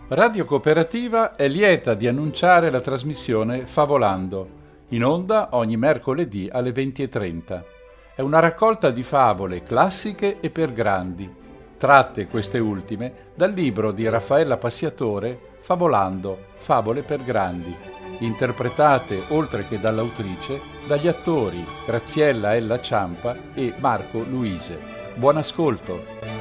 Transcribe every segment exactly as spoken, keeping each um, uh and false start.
Radio Cooperativa è lieta di annunciare la trasmissione Favolando, in onda ogni mercoledì alle venti e trenta. È una raccolta di favole classiche e per grandi, tratte queste ultime dal libro di Raffaella Passiatore Favolando, favole per grandi, interpretate, oltre che dall'autrice, dagli attori Graziella Ella Ciampa e Marco Luise. Buon ascolto!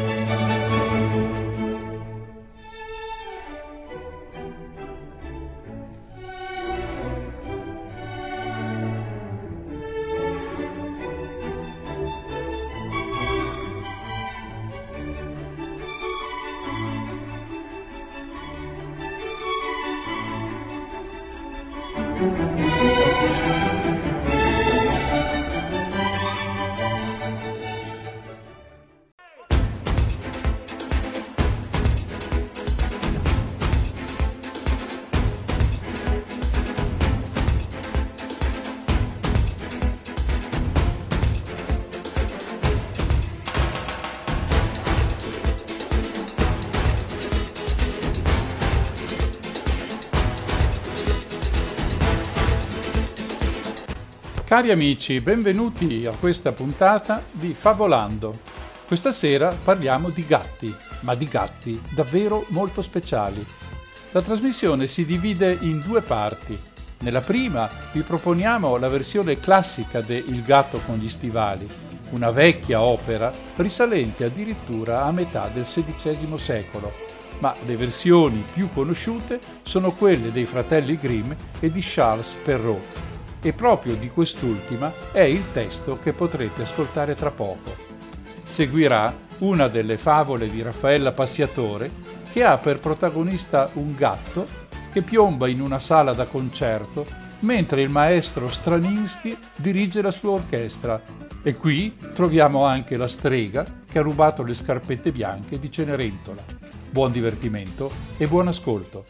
Cari amici, benvenuti a questa puntata di Favolando. Questa sera parliamo di gatti, ma di gatti davvero molto speciali. La trasmissione si divide in due parti. Nella prima vi proponiamo la versione classica de Il gatto con gli stivali, una vecchia opera risalente addirittura a metà del sedicesimo secolo, ma le versioni più conosciute sono quelle dei fratelli Grimm e di Charles Perrault. E proprio di quest'ultima è il testo che potrete ascoltare tra poco. Seguirà una delle favole di Raffaella Passiatore che ha per protagonista un gatto che piomba in una sala da concerto mentre il maestro Stravinsky dirige la sua orchestra. E qui troviamo anche la strega che ha rubato le scarpette bianche di Cenerentola. Buon divertimento e buon ascolto!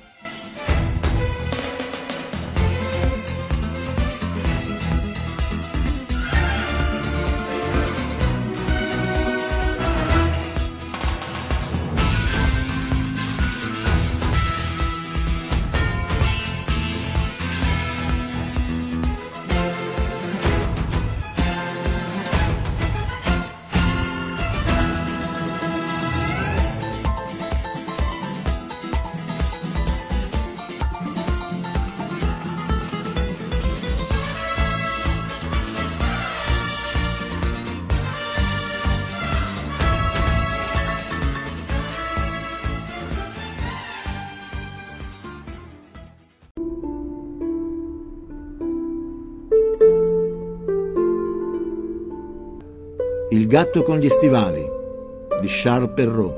Il gatto con gli stivali di Charles Perrault.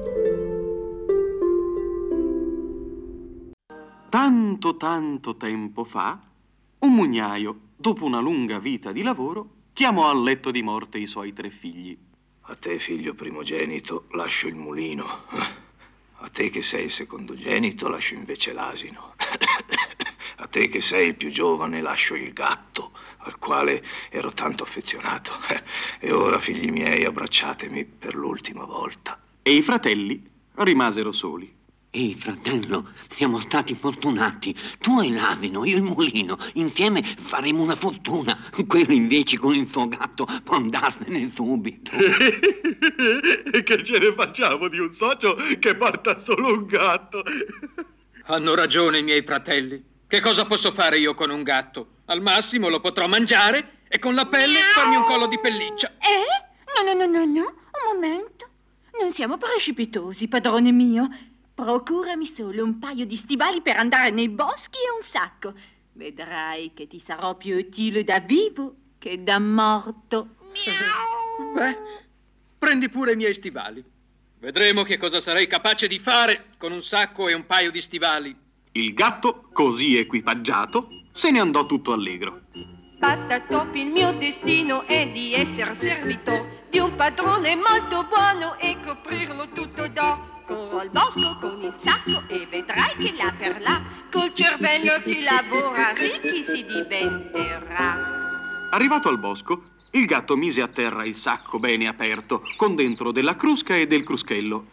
Tanto tanto tempo fa, un mugnaio, dopo una lunga vita di lavoro, chiamò al letto di morte i suoi tre figli. A te, figlio primogenito, lascio il mulino. A te che sei il secondogenito, lascio invece l'asino. A te che sei il più giovane, lascio il gatto, al quale ero tanto affezionato. E ora, figli miei, abbracciatemi per l'ultima volta. E i fratelli rimasero soli. Ehi, fratello, siamo stati fortunati. Tu hai l'asino, io il mulino. Insieme faremo una fortuna. Quello invece con il suo gatto può andarsene subito. E che ce ne facciamo di un socio che porta solo un gatto? Hanno ragione i miei fratelli. Che cosa posso fare io con un gatto? Al massimo lo potrò mangiare e con la pelle farmi un collo di pelliccia. Eh? No, no, no, no, no. Un momento. Non siamo precipitosi, padrone mio. Procurami solo un paio di stivali per andare nei boschi e un sacco. Vedrai che ti sarò più utile da vivo che da morto. Miau. Beh, prendi pure i miei stivali. Vedremo che cosa sarei capace di fare con un sacco e un paio di stivali. Il gatto, così equipaggiato, se ne andò tutto allegro. Basta topi, il mio destino è di essere servitore di un padrone molto buono e coprirlo tutto d'oro. Corro al bosco con il sacco e vedrai che là per là, col cervello che lavora, ricchi si diventerà. Arrivato al bosco, il gatto mise a terra il sacco bene aperto, con dentro della crusca e del cruschello.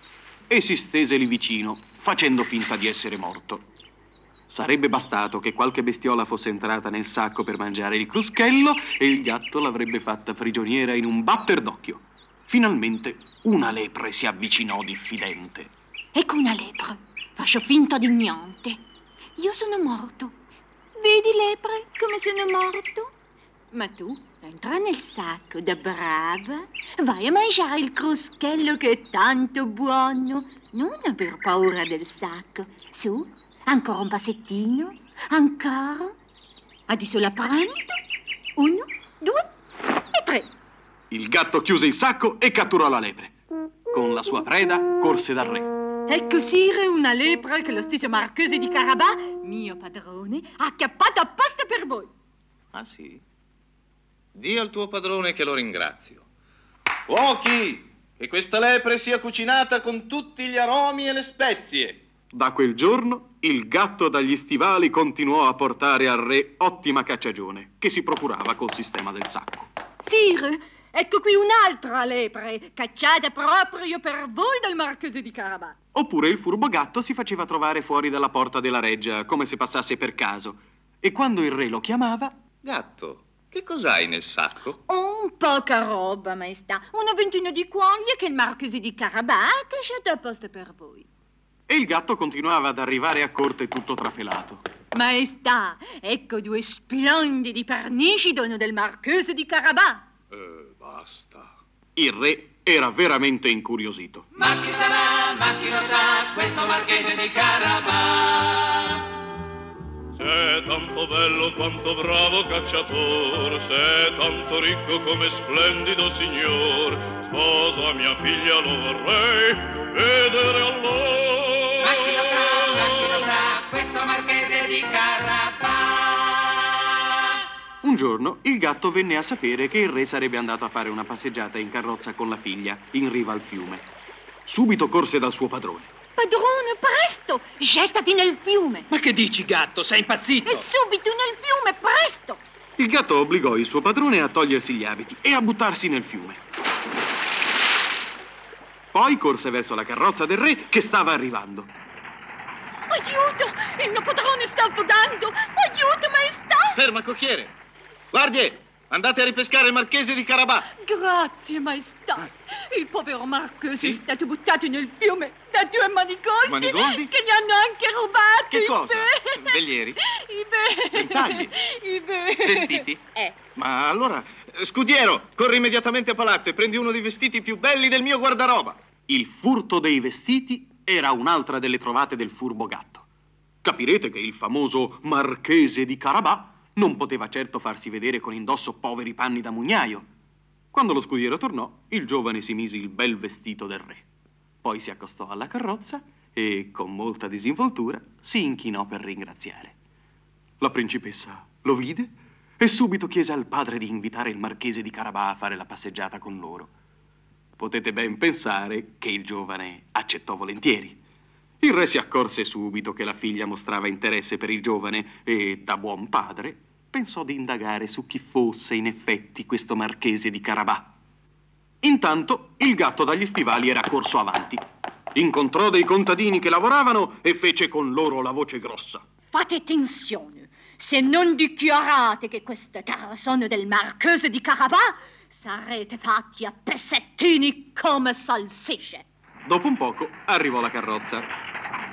e si stese lì vicino, facendo finta di essere morto. Sarebbe bastato che qualche bestiola fosse entrata nel sacco per mangiare il cruschello e il gatto l'avrebbe fatta prigioniera in un batter d'occhio. Finalmente una lepre si avvicinò diffidente. Ecco una lepre. Faccio finta di niente. Io sono morto. Vedi, lepre, come sono morto? Ma tu entra nel sacco da brava. Vai a mangiare il cruschello che è tanto buono. Non aver paura del sacco. Su. Ancora un passettino? Ancora? Adesso la prendo? Uno, due e tre. Il gatto chiuse il sacco e catturò la lepre. Con la sua preda corse dal re. Ecco, sire, una lepre che lo stesso marchese di Carabà, mio padrone, ha acchiappato apposta per voi. Ah, sì? Dì al tuo padrone che lo ringrazio. Cuochi, che questa lepre sia cucinata con tutti gli aromi e le spezie. Da quel giorno il gatto dagli stivali continuò a portare al re ottima cacciagione che si procurava col sistema del sacco. Sire, ecco qui un'altra lepre, cacciata proprio per voi dal marchese di Carabà. Oppure il furbo gatto si faceva trovare fuori dalla porta della reggia, come se passasse per caso. E quando il re lo chiamava... Gatto, che cos'hai nel sacco? Oh, poca roba, maestà. Una ventina di quaglie che il marchese di Carabà ha cacciato apposta per voi. E il gatto continuava ad arrivare a corte tutto trafelato. Maestà, ecco due splendidi pernici dono del marchese di Carabà. Eh, basta. Il re era veramente incuriosito. Ma chi sarà, ma chi lo sa, questo marchese di Carabà? Se è tanto bello quanto bravo cacciator, se è tanto ricco come splendido signor, sposa mia figlia lo vorrei vedere allora. Ma chi lo sa, ma chi lo sa, questo marchese di Carabà? Un giorno il gatto venne a sapere che il re sarebbe andato a fare una passeggiata in carrozza con la figlia, in riva al fiume. Subito corse dal suo padrone. Padrone, presto! Gettati nel fiume! Ma che dici, gatto? Sei impazzito? E subito nel fiume, presto! Il gatto obbligò il suo padrone a togliersi gli abiti e a buttarsi nel fiume. Poi corse verso la carrozza del re che stava arrivando. Aiuto! Il mio padrone sta affogando! Aiuto, maestà! Ferma, cocchiere! Guardie! Andate a ripescare il marchese di Carabà! Grazie, maestà! Il povero marchese Sì? è stato buttato nel fiume da due manigoldi, Manigoldi? che gli hanno anche rubato Che i cosa? be- Veglieri? I be- Ventagli? I be- Vestiti? Eh, Ma allora, eh, scudiero, corri immediatamente a palazzo e prendi uno dei vestiti più belli del mio guardaroba. Il furto dei vestiti era un'altra delle trovate del furbo gatto. Capirete che il famoso marchese di Carabà non poteva certo farsi vedere con indosso poveri panni da mugnaio. Quando lo scudiero tornò, il giovane si mise il bel vestito del re. Poi si accostò alla carrozza e, con molta disinvoltura, si inchinò per ringraziare. La principessa lo vide e subito chiese al padre di invitare il marchese di Carabà a fare la passeggiata con loro. Potete ben pensare che il giovane accettò volentieri. Il re si accorse subito che la figlia mostrava interesse per il giovane e, da buon padre, pensò di indagare su chi fosse in effetti questo marchese di Carabà. Intanto il gatto dagli stivali era corso avanti. Incontrò dei contadini che lavoravano e fece con loro la voce grossa. fate attenzione, se non dichiarate che queste terre sono del marchese di Carabà, sarete fatti a pezzettini come salsicce. Dopo un poco arrivò la carrozza.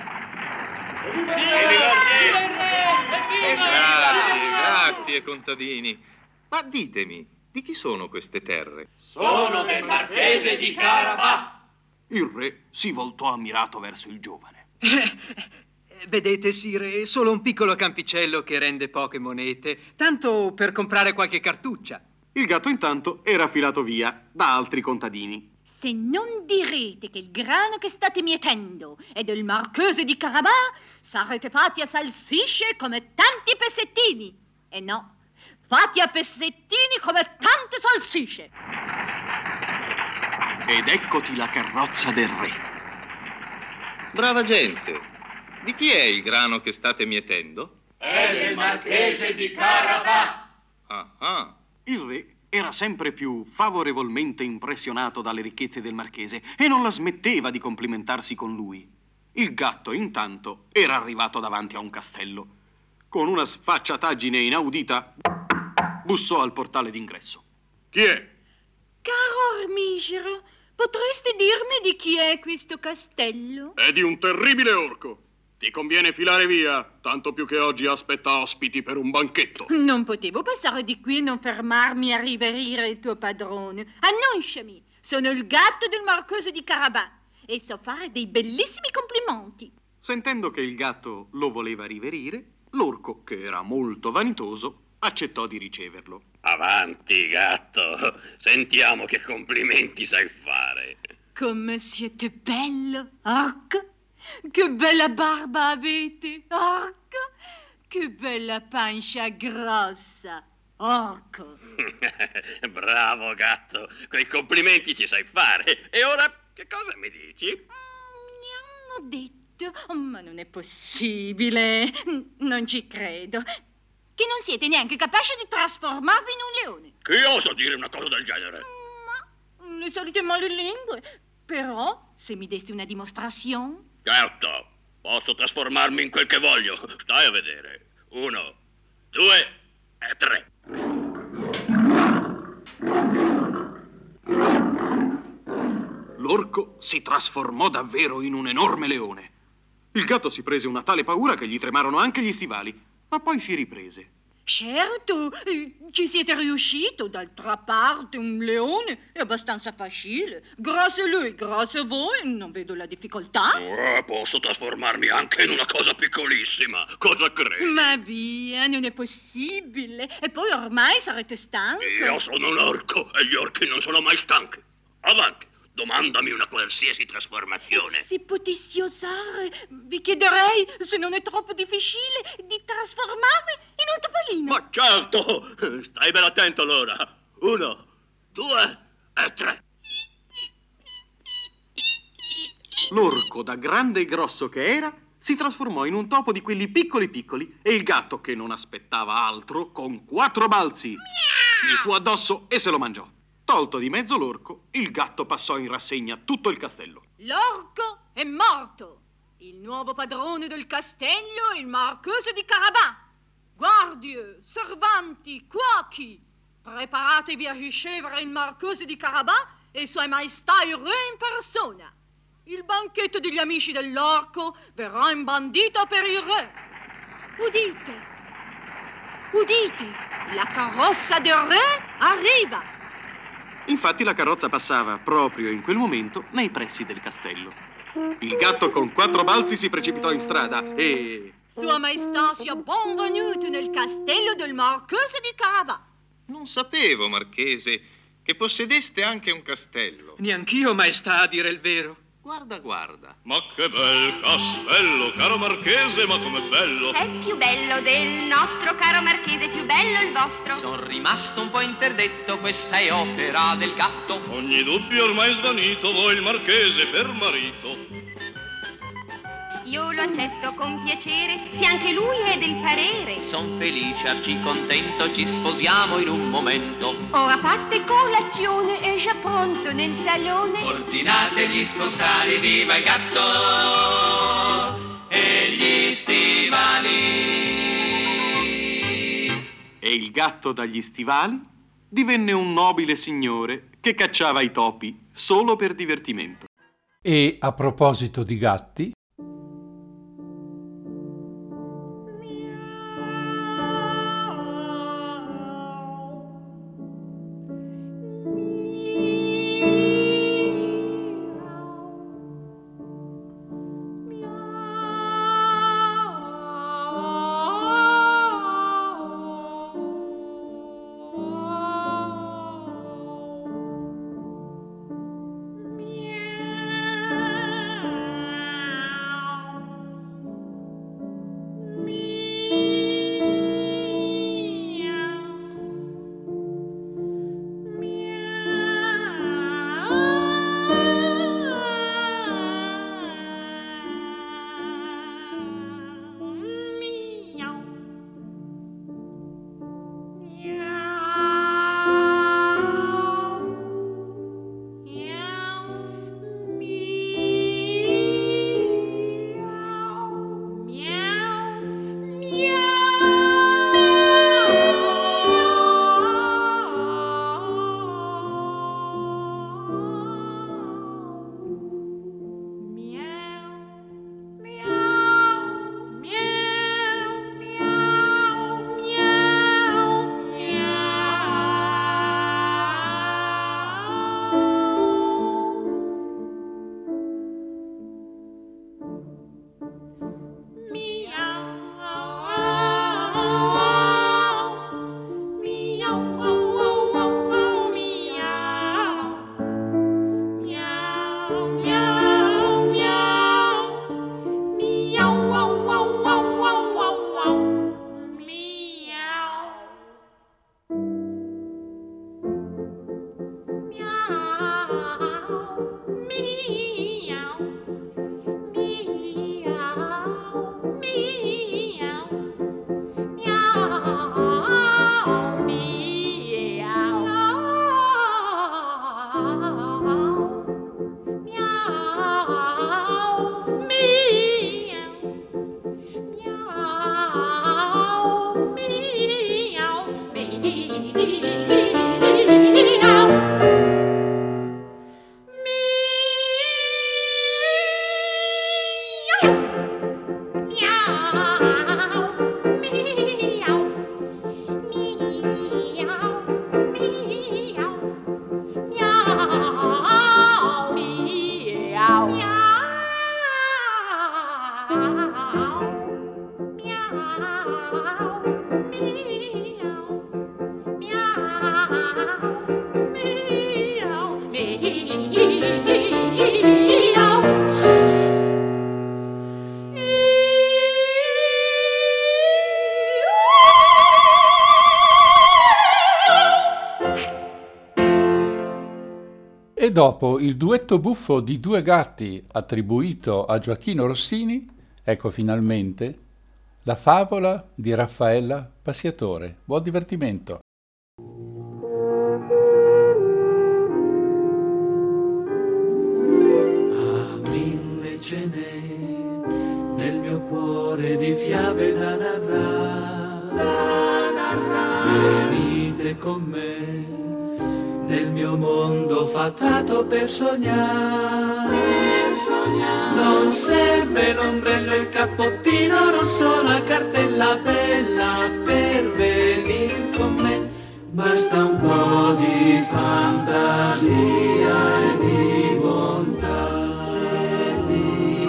Grazie, grazie, contadini. Ma ditemi, di chi sono queste terre? Sono del marchese di Carabà. Il re si voltò ammirato verso il giovane. Vedete, sire, è solo un piccolo campicello che rende poche monete, tanto per comprare qualche cartuccia. Il gatto intanto era filato via da altri contadini. Se non direte che il grano che state mietendo è del marchese di Carabà, sarete fatti a salsicce come tanti pezzettini. E no, fatti a pezzettini come tante salsicce. Ed eccoti la carrozza del re. Brava gente, di chi è il grano che state mietendo? È del marchese di Carabà. Ah, ah. Il re era sempre più favorevolmente impressionato dalle ricchezze del marchese e non la smetteva di complimentarsi con lui. Il gatto, intanto, era arrivato davanti a un castello. Con una sfacciataggine inaudita, bussò al portale d'ingresso. Chi è? Caro Ormigero, potresti dirmi di chi è questo castello? È di un terribile orco. Ti conviene filare via, tanto più che oggi aspetta ospiti per un banchetto. Non potevo passare di qui e non fermarmi a riverire il tuo padrone. Annunciami, sono il gatto del marchese di Carabà e so fare dei bellissimi complimenti. Sentendo che il gatto lo voleva riverire, l'orco, che era molto vanitoso, accettò di riceverlo. Avanti, gatto, sentiamo che complimenti sai fare. Come siete bello, orco! Che bella barba avete, orco! Che bella pancia grossa, orco! Bravo, gatto, quei complimenti ci sai fare. E ora che cosa mi dici? Mi hanno detto, oh, ma non è possibile, non ci credo, che non siete neanche capaci di trasformarvi in un leone. Chi osa dire una cosa del genere? Ma le solite malelingue. Però, se mi desti una dimostrazione... Certo, posso trasformarmi in quel che voglio. Stai a vedere. Uno, due e tre. L'orco si trasformò davvero in un enorme leone. Il gatto si prese una tale paura che gli tremarono anche gli stivali, ma poi si riprese. Certo, ci siete riuscito. D'altra parte un leone è abbastanza facile. Grazie a lui, grazie a voi, non vedo la difficoltà. Oh, posso trasformarmi anche in una cosa piccolissima. Cosa credi? Ma via, non è possibile. E poi ormai sarete stanco. Io sono un orco e gli orchi non sono mai stanchi. Avanti, domandami una qualsiasi trasformazione. Se potessi osare, vi chiederei, se non è troppo difficile, di trasformarmi in un topolino. Ma certo! Stai ben attento allora. Uno, due e tre. L'orco, da grande e grosso che era, si trasformò in un topo di quelli piccoli piccoli e il gatto, che non aspettava altro, con quattro balzi gli fu addosso e se lo mangiò. Tolto di mezzo l'orco, il gatto passò in rassegna tutto il castello. L'orco è morto. Il nuovo padrone del castello è il marchese di Carabà. Guardie, servanti, cuochi, preparatevi a ricevere il marchese di Carabà e sua maestà il re in persona. Il banchetto degli amici dell'orco verrà imbandito per il re. Udite, udite, la carrozza del re arriva. Infatti la carrozza passava proprio in quel momento nei pressi del castello. Il gatto con quattro balzi si precipitò in strada e... Sua maestà sia benvenuto nel castello del marchese di Carabà. Non sapevo, marchese, che possedeste anche un castello. Neanch'io, maestà, a dire il vero. Guarda, guarda. Ma che bel castello, caro marchese, ma com'è bello! È più bello del nostro, caro marchese, più bello il vostro. Sono rimasto un po' interdetto, questa è opera del gatto. Ogni dubbio ormai svanito, vuoi il marchese per marito. Io lo accetto con piacere, se anche lui è del parere. Son felice, arci contento, ci sposiamo in un momento. Ora fatte colazione è già pronto nel salone. Ordinate gli sponsali, viva il gatto e gli stivali. E il gatto dagli stivali divenne un nobile signore che cacciava i topi solo per divertimento. E a proposito di gatti, E dopo il duetto buffo di due gatti attribuito a Gioachino Rossini, ecco finalmente la favola di Raffaella Passiatore. Buon divertimento. A mille ce n'è nel mio cuore di fiabe da narrare, da narrare. Venite con me nel mio mondo fatato per sognare, per sognare. Non serve l'ombrello e il cappottino rosso, la cartella bella per venire con me. Basta un po' di fantasia e di bontà, e di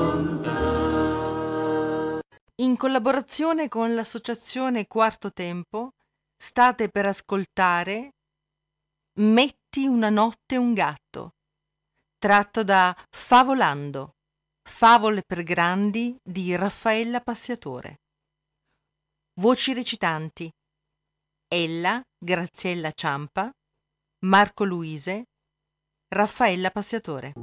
bontà. In collaborazione con l'associazione Quarto Tempo state per ascoltare Metti una notte un gatto, tratto da Favolando, favole per grandi di Raffaella Passiatore. Voci recitanti: Ella, Graziella Ciampa, Marco Luise, Raffaella Passiatore.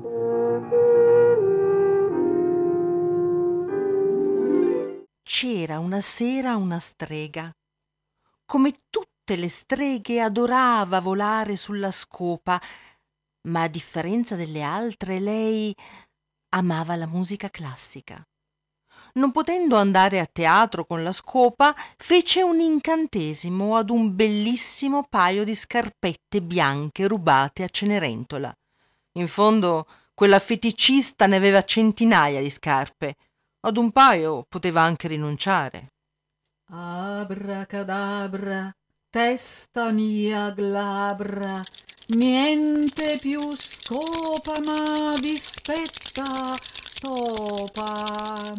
C'era una sera una strega. Come tutte le streghe adorava volare sulla scopa, ma a differenza delle altre lei amava la musica classica. Non potendo andare a teatro con la scopa, fece un incantesimo ad un bellissimo paio di scarpette bianche rubate a Cenerentola. In fondo, quella feticista ne aveva centinaia di scarpe. Ad un paio poteva anche rinunciare. Abracadabra, testa mia glabra, niente più scopa ma dispetta topa.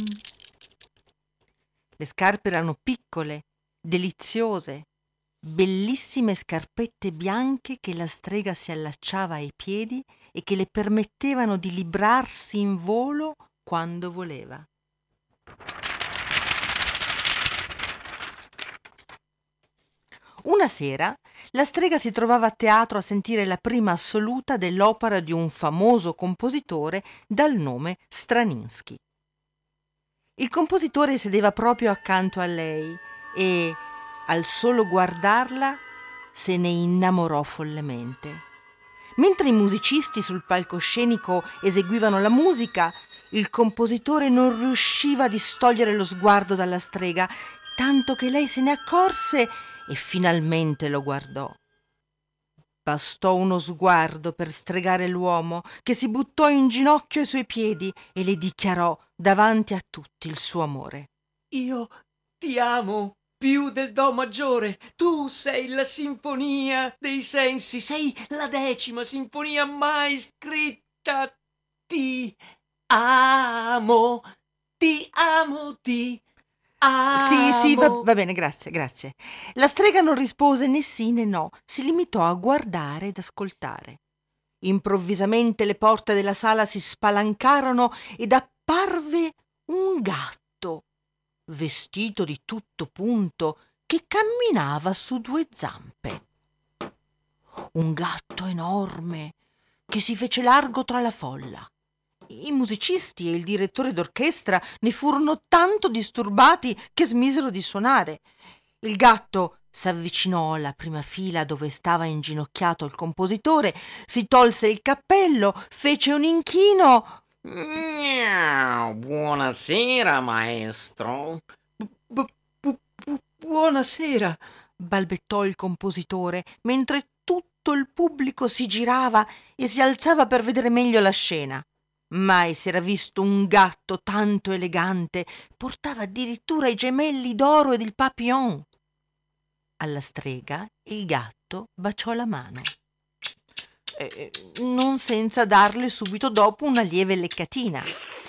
Le scarpe erano piccole, deliziose, bellissime scarpette bianche che la strega si allacciava ai piedi e che le permettevano di librarsi in volo quando voleva. Una sera la strega si trovava a teatro a sentire la prima assoluta dell'opera di un famoso compositore dal nome Stravinsky. Il compositore sedeva proprio accanto a lei e, al solo guardarla, se ne innamorò follemente. Mentre i musicisti sul palcoscenico eseguivano la musica, il compositore non riusciva a distogliere lo sguardo dalla strega, tanto che lei se ne accorse e finalmente lo guardò. Bastò uno sguardo per stregare l'uomo, che si buttò in ginocchio ai suoi piedi e le dichiarò davanti a tutti il suo amore. Io ti amo più del do maggiore. Tu sei la sinfonia dei sensi, sei la decima sinfonia mai scritta. Ti amo, ti amo, ti amo. Sì, sì, va, va bene, grazie, grazie. La strega non rispose né sì né no, si limitò a guardare ed ascoltare. Improvvisamente le porte della sala si spalancarono ed apparve un gatto, vestito di tutto punto, che camminava su due zampe. Un gatto enorme che si fece largo tra la folla. I musicisti e il direttore d'orchestra ne furono tanto disturbati che smisero di suonare. Il gatto s'avvicinò alla prima fila dove stava inginocchiato il compositore, si tolse il cappello, fece un inchino. Miau, buonasera, maestro. Bu- bu- bu- buonasera, balbettò il compositore, mentre tutto il pubblico si girava e si alzava per vedere meglio la scena. Mai si era visto un gatto tanto elegante, portava addirittura i gemelli d'oro ed il papillon. Alla strega il gatto baciò la mano, eh, non senza darle subito dopo una lieve leccatina.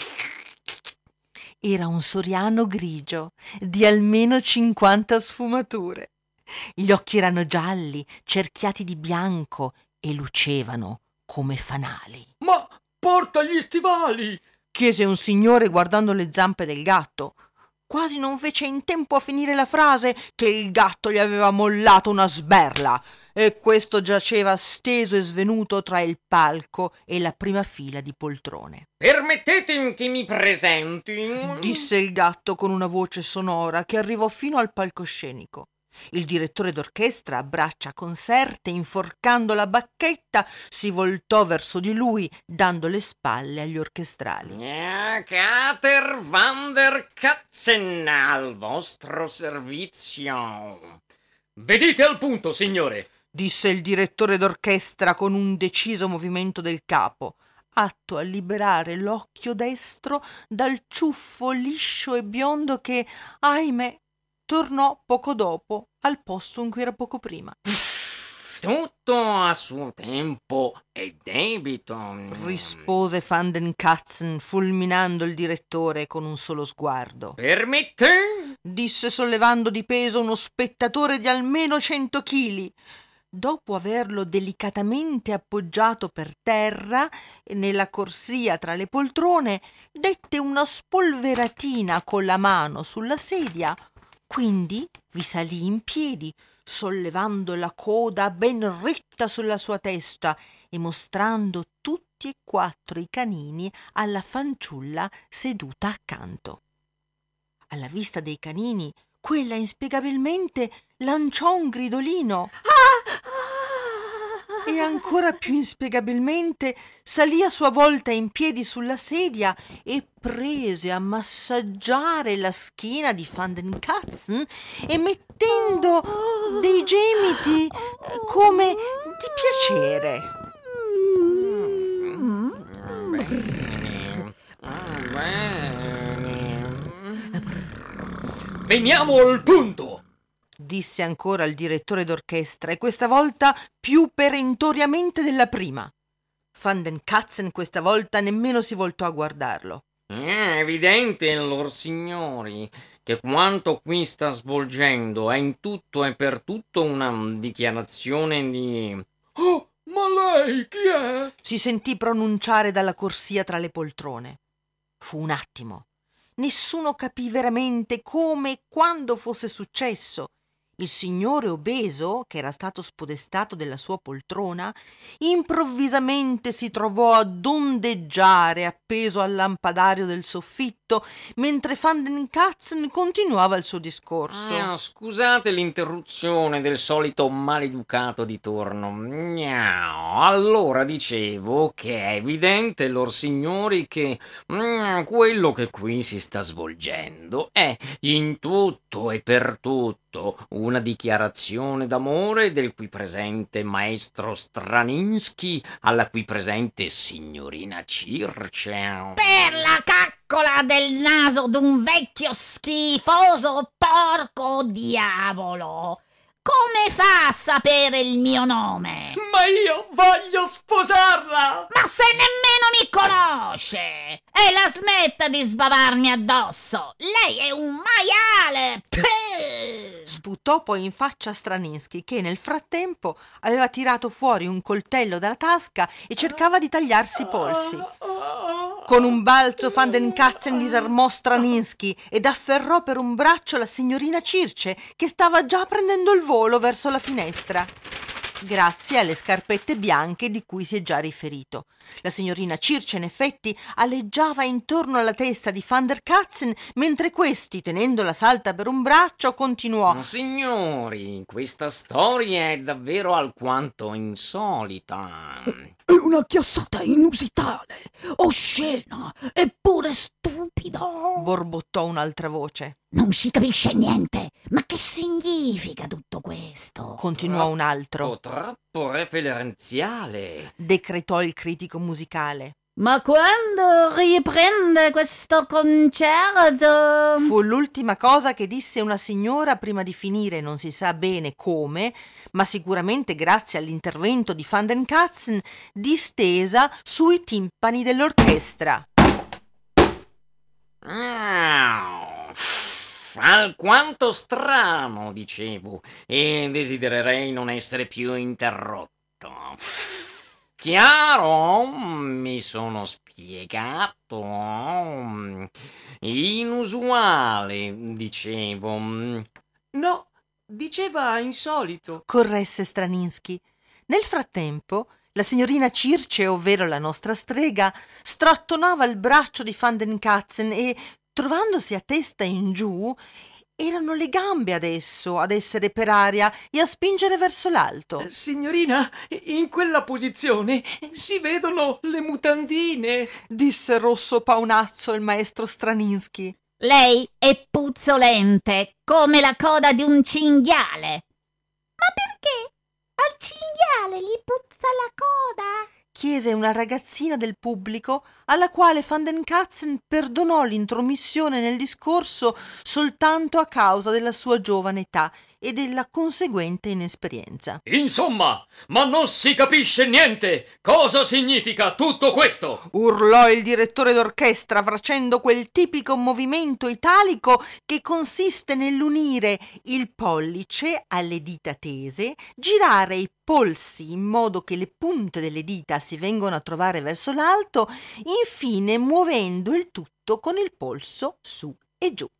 Era un soriano grigio di almeno cinquanta sfumature. Gli occhi erano gialli, cerchiati di bianco e lucevano come fanali. Ma porta gli stivali! Chiese un signore guardando le zampe del gatto. Quasi non fece in tempo a finire la frase che il gatto gli aveva mollato una sberla e questo giaceva steso e svenuto tra il palco e la prima fila di poltrone. Permettetemi che mi presenti, disse il gatto con una voce sonora che arrivò fino al palcoscenico. Il direttore d'orchestra, a braccia conserte, inforcando la bacchetta, si voltò verso di lui, dando le spalle agli orchestrali. Kater van der Katzen, al vostro servizio. Vedete al punto, signore, disse il direttore d'orchestra con un deciso movimento del capo, atto a liberare l'occhio destro dal ciuffo liscio e biondo che, ahimè, tornò poco dopo al posto in cui era poco prima. Tutto a suo tempo è debito, rispose Van den Katzen, fulminando il direttore con un solo sguardo. Permette? Disse sollevando di peso uno spettatore di almeno cento chili. Dopo averlo delicatamente appoggiato per terra nella corsia tra le poltrone, dette una spolveratina con la mano sulla sedia. Quindi vi salì in piedi, sollevando la coda ben ritta sulla sua testa e mostrando tutti e quattro i canini alla fanciulla seduta accanto. Alla vista dei canini, quella inspiegabilmente lanciò un gridolino e ancora più inspiegabilmente salì a sua volta in piedi sulla sedia e prese a massaggiare la schiena di Van den Katzen, emettendo dei gemiti come di piacere. Veniamo al punto, disse ancora il direttore d'orchestra, e questa volta più perentoriamente della prima. Van den Katzen questa volta nemmeno si voltò a guardarlo. È evidente, lor signori, che quanto qui sta svolgendo è in tutto e per tutto una dichiarazione di... Oh, ma lei chi è? Si sentì pronunciare dalla corsia tra le poltrone. Fu un attimo. Nessuno capì veramente come e quando fosse successo. Il signore obeso, che era stato spodestato della sua poltrona, improvvisamente si trovò ad ondeggiare appeso al lampadario del soffitto, mentre Van den Katzen continuava il suo discorso. Ah, scusate l'interruzione del solito maleducato di turno. Miau. Allora dicevo che è evidente, lor signori, che mm, quello che qui si sta svolgendo è in tutto e per tutto una dichiarazione d'amore del qui presente maestro Straninsky alla qui presente signorina Circe. Per la caccola del naso d'un vecchio schifoso porco diavolo! Come fa a sapere il mio nome? Ma io voglio sposarla! Ma se nemmeno mi conosce! E la smetta di sbavarmi addosso! Lei è un maiale! Peh! Sputò poi in faccia a Straninsky, che nel frattempo aveva tirato fuori un coltello dalla tasca e cercava di tagliarsi i polsi. Con un balzo Van den Katzen disarmò Straninsky ed afferrò per un braccio la signorina Circe, che stava già prendendo il volo verso la finestra, grazie alle scarpette bianche di cui si è già riferito. La signorina Circe, in effetti, aleggiava intorno alla testa di Van der Katzen, mentre questi, tenendola salta per un braccio, continuò: Signori, questa storia è davvero alquanto insolita. È una chiassata inusitale, oscena, eppure stupida, borbottò un'altra voce. Non si capisce niente. Ma che significa tutto questo? Continuò un altro. Oh, troppo referenziale, decretò il critico musicale. Ma quando riprende questo concerto? Fu l'ultima cosa che disse una signora prima di finire, non si sa bene come, ma sicuramente grazie all'intervento di Van den Katzen, distesa sui timpani dell'orchestra. Alquanto strano, dicevo, e desidererei non essere più interrotto. Chiaro? Mi sono spiegato. Inusuale, dicevo. No, diceva insolito, corresse Straninsky. Nel frattempo, la signorina Circe, ovvero la nostra strega, strattonava il braccio di Van den Katzen e, trovandosi a testa in giù, erano le gambe adesso ad essere per aria e a spingere verso l'alto. Signorina, in quella posizione si vedono le mutandine, disse rosso paonazzo il maestro Straninsky. Lei è puzzolente, come la coda di un cinghiale. Ma perché? Al cinghiale gli puzza la coda? Chiese una ragazzina del pubblico, alla quale Van den Katzen perdonò l'intromissione nel discorso soltanto a causa della sua giovane età e della conseguente inesperienza. Insomma, ma non si capisce niente! Cosa significa tutto questo? Urlò il direttore d'orchestra facendo quel tipico movimento italico che consiste nell'unire il pollice alle dita tese, girare i polsi in modo che le punte delle dita si vengano a trovare verso l'alto, infine muovendo il tutto con il polso su e giù.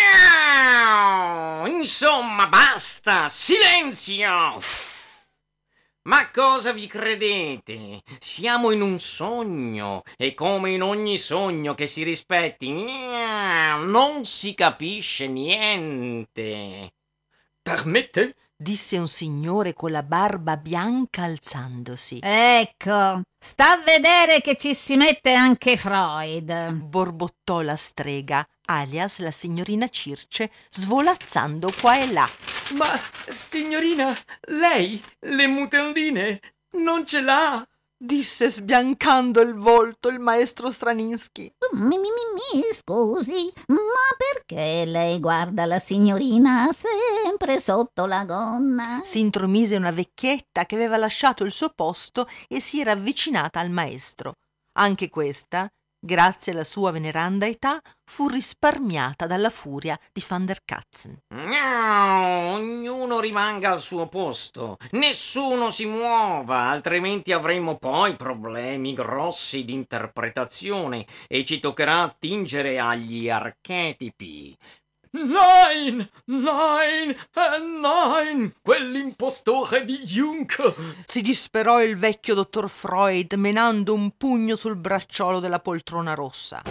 Miau! Insomma, basta! Silenzio! Ma cosa vi credete? Siamo in un sogno e come in ogni sogno che si rispetti, miau, non si capisce niente. Permette? Disse un signore con la barba bianca alzandosi. Ecco, sta a vedere che ci si mette anche Freud, borbottò la strega, alias la signorina Circe, svolazzando qua e là. Ma, signorina, lei le mutandine non ce l'ha, disse sbiancando il volto il maestro Straninsky. Mi, mi, mi, mi scusi, ma perché lei guarda la signorina sempre sotto la gonna? Si intromise una vecchietta che aveva lasciato il suo posto e si era avvicinata al maestro. Anche questa, grazie alla sua veneranda età, fu risparmiata dalla furia di Van der Katzen. No, ognuno rimanga al suo posto, nessuno si muova, altrimenti avremo poi problemi grossi di interpretazione e ci toccherà attingere agli archetipi. Nein, nein e nein, quell'impostore di Jung! Si disperò il vecchio dottor Freud menando un pugno sul bracciolo della poltrona rossa.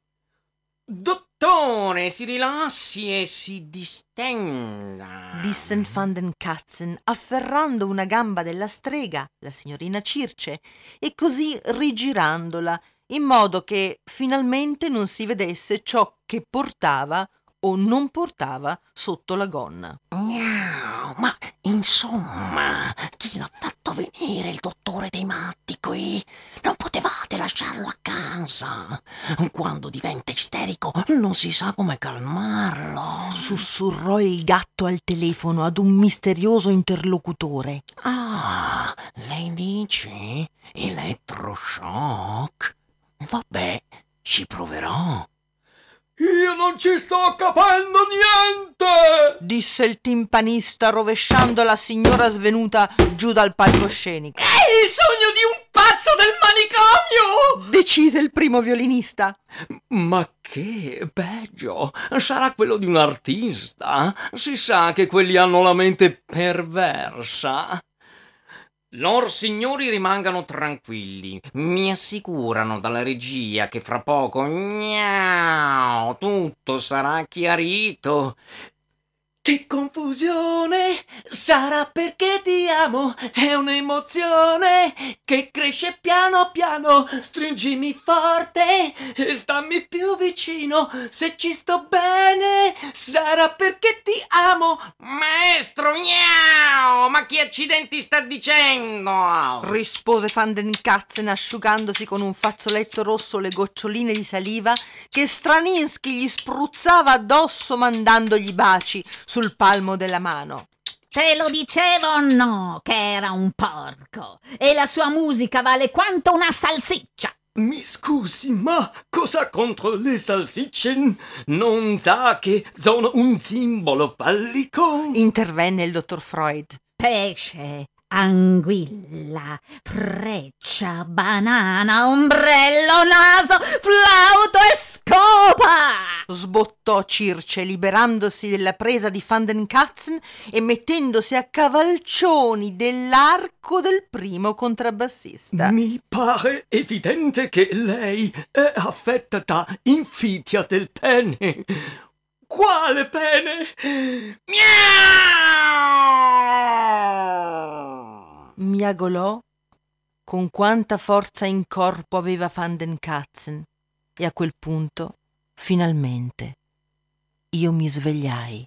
Dottore, si rilassi e si distenda, disse Van den Katzen, afferrando una gamba della strega, la signorina Circe, e così rigirandola, in modo che finalmente non si vedesse ciò che portava o non portava sotto la gonna. No, ma insomma, chi l'ha fatto venire il dottore dei matti qui? Non potevate lasciarlo a casa. Quando diventa isterico non si sa come calmarlo. Sussurrò il gatto al telefono ad un misterioso interlocutore. Ah, lei dice elettroshock? Vabbè, ci proverò. Io non ci sto capendo niente! Disse il timpanista rovesciando la signora svenuta giù dal palcoscenico. È il sogno di un pazzo del manicomio! Decise il primo violinista. Ma che peggio, sarà quello di un artista? Si sa che quelli hanno la mente perversa. Lor signori rimangano tranquilli, mi assicurano dalla regia che fra poco, gnau, tutto sarà chiarito. Che confusione, sarà perché ti amo, è un'emozione che cresce piano piano, stringimi forte e stammi più vicino, se ci sto bene, sarà perché ti amo. Maestro, miau, ma chi accidenti sta dicendo? Rispose Van den Katzen asciugandosi con un fazzoletto rosso le goccioline di saliva che Straninski gli spruzzava addosso mandandogli baci sul palmo della mano. Te lo dicevo o no che era un porco e la sua musica vale quanto una salsiccia. Mi scusi, ma cosa contro le salsicce? Non sa che sono un simbolo fallico? Intervenne il dottor Freud. Pesce, anguilla, freccia, banana, ombrello, naso, flauto e scopa! Sbottò Circe, liberandosi della presa di Van den Katzen e mettendosi a cavalcioni dell'arco del primo contrabbassista. Mi pare evidente che lei è affetta da infidia del pene. Quale pene? Miau! Miagolò con quanta forza in corpo aveva Van den Katzen e a quel punto, finalmente, io mi svegliai.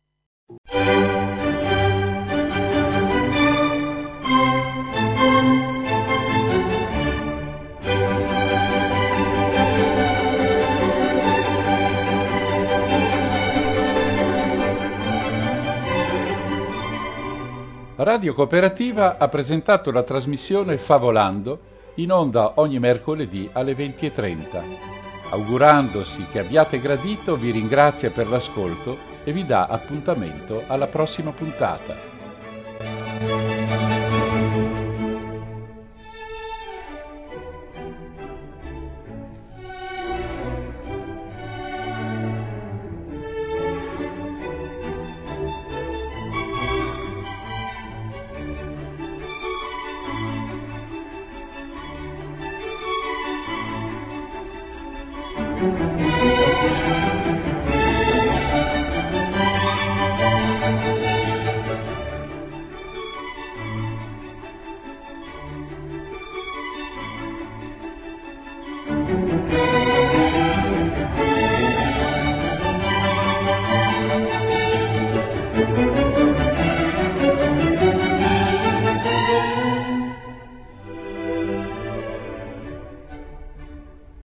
Radio Cooperativa ha presentato la trasmissione Favolando, in onda ogni mercoledì alle venti e trenta. Augurandosi che abbiate gradito, vi ringrazia per l'ascolto e vi dà appuntamento alla prossima puntata. Thank you.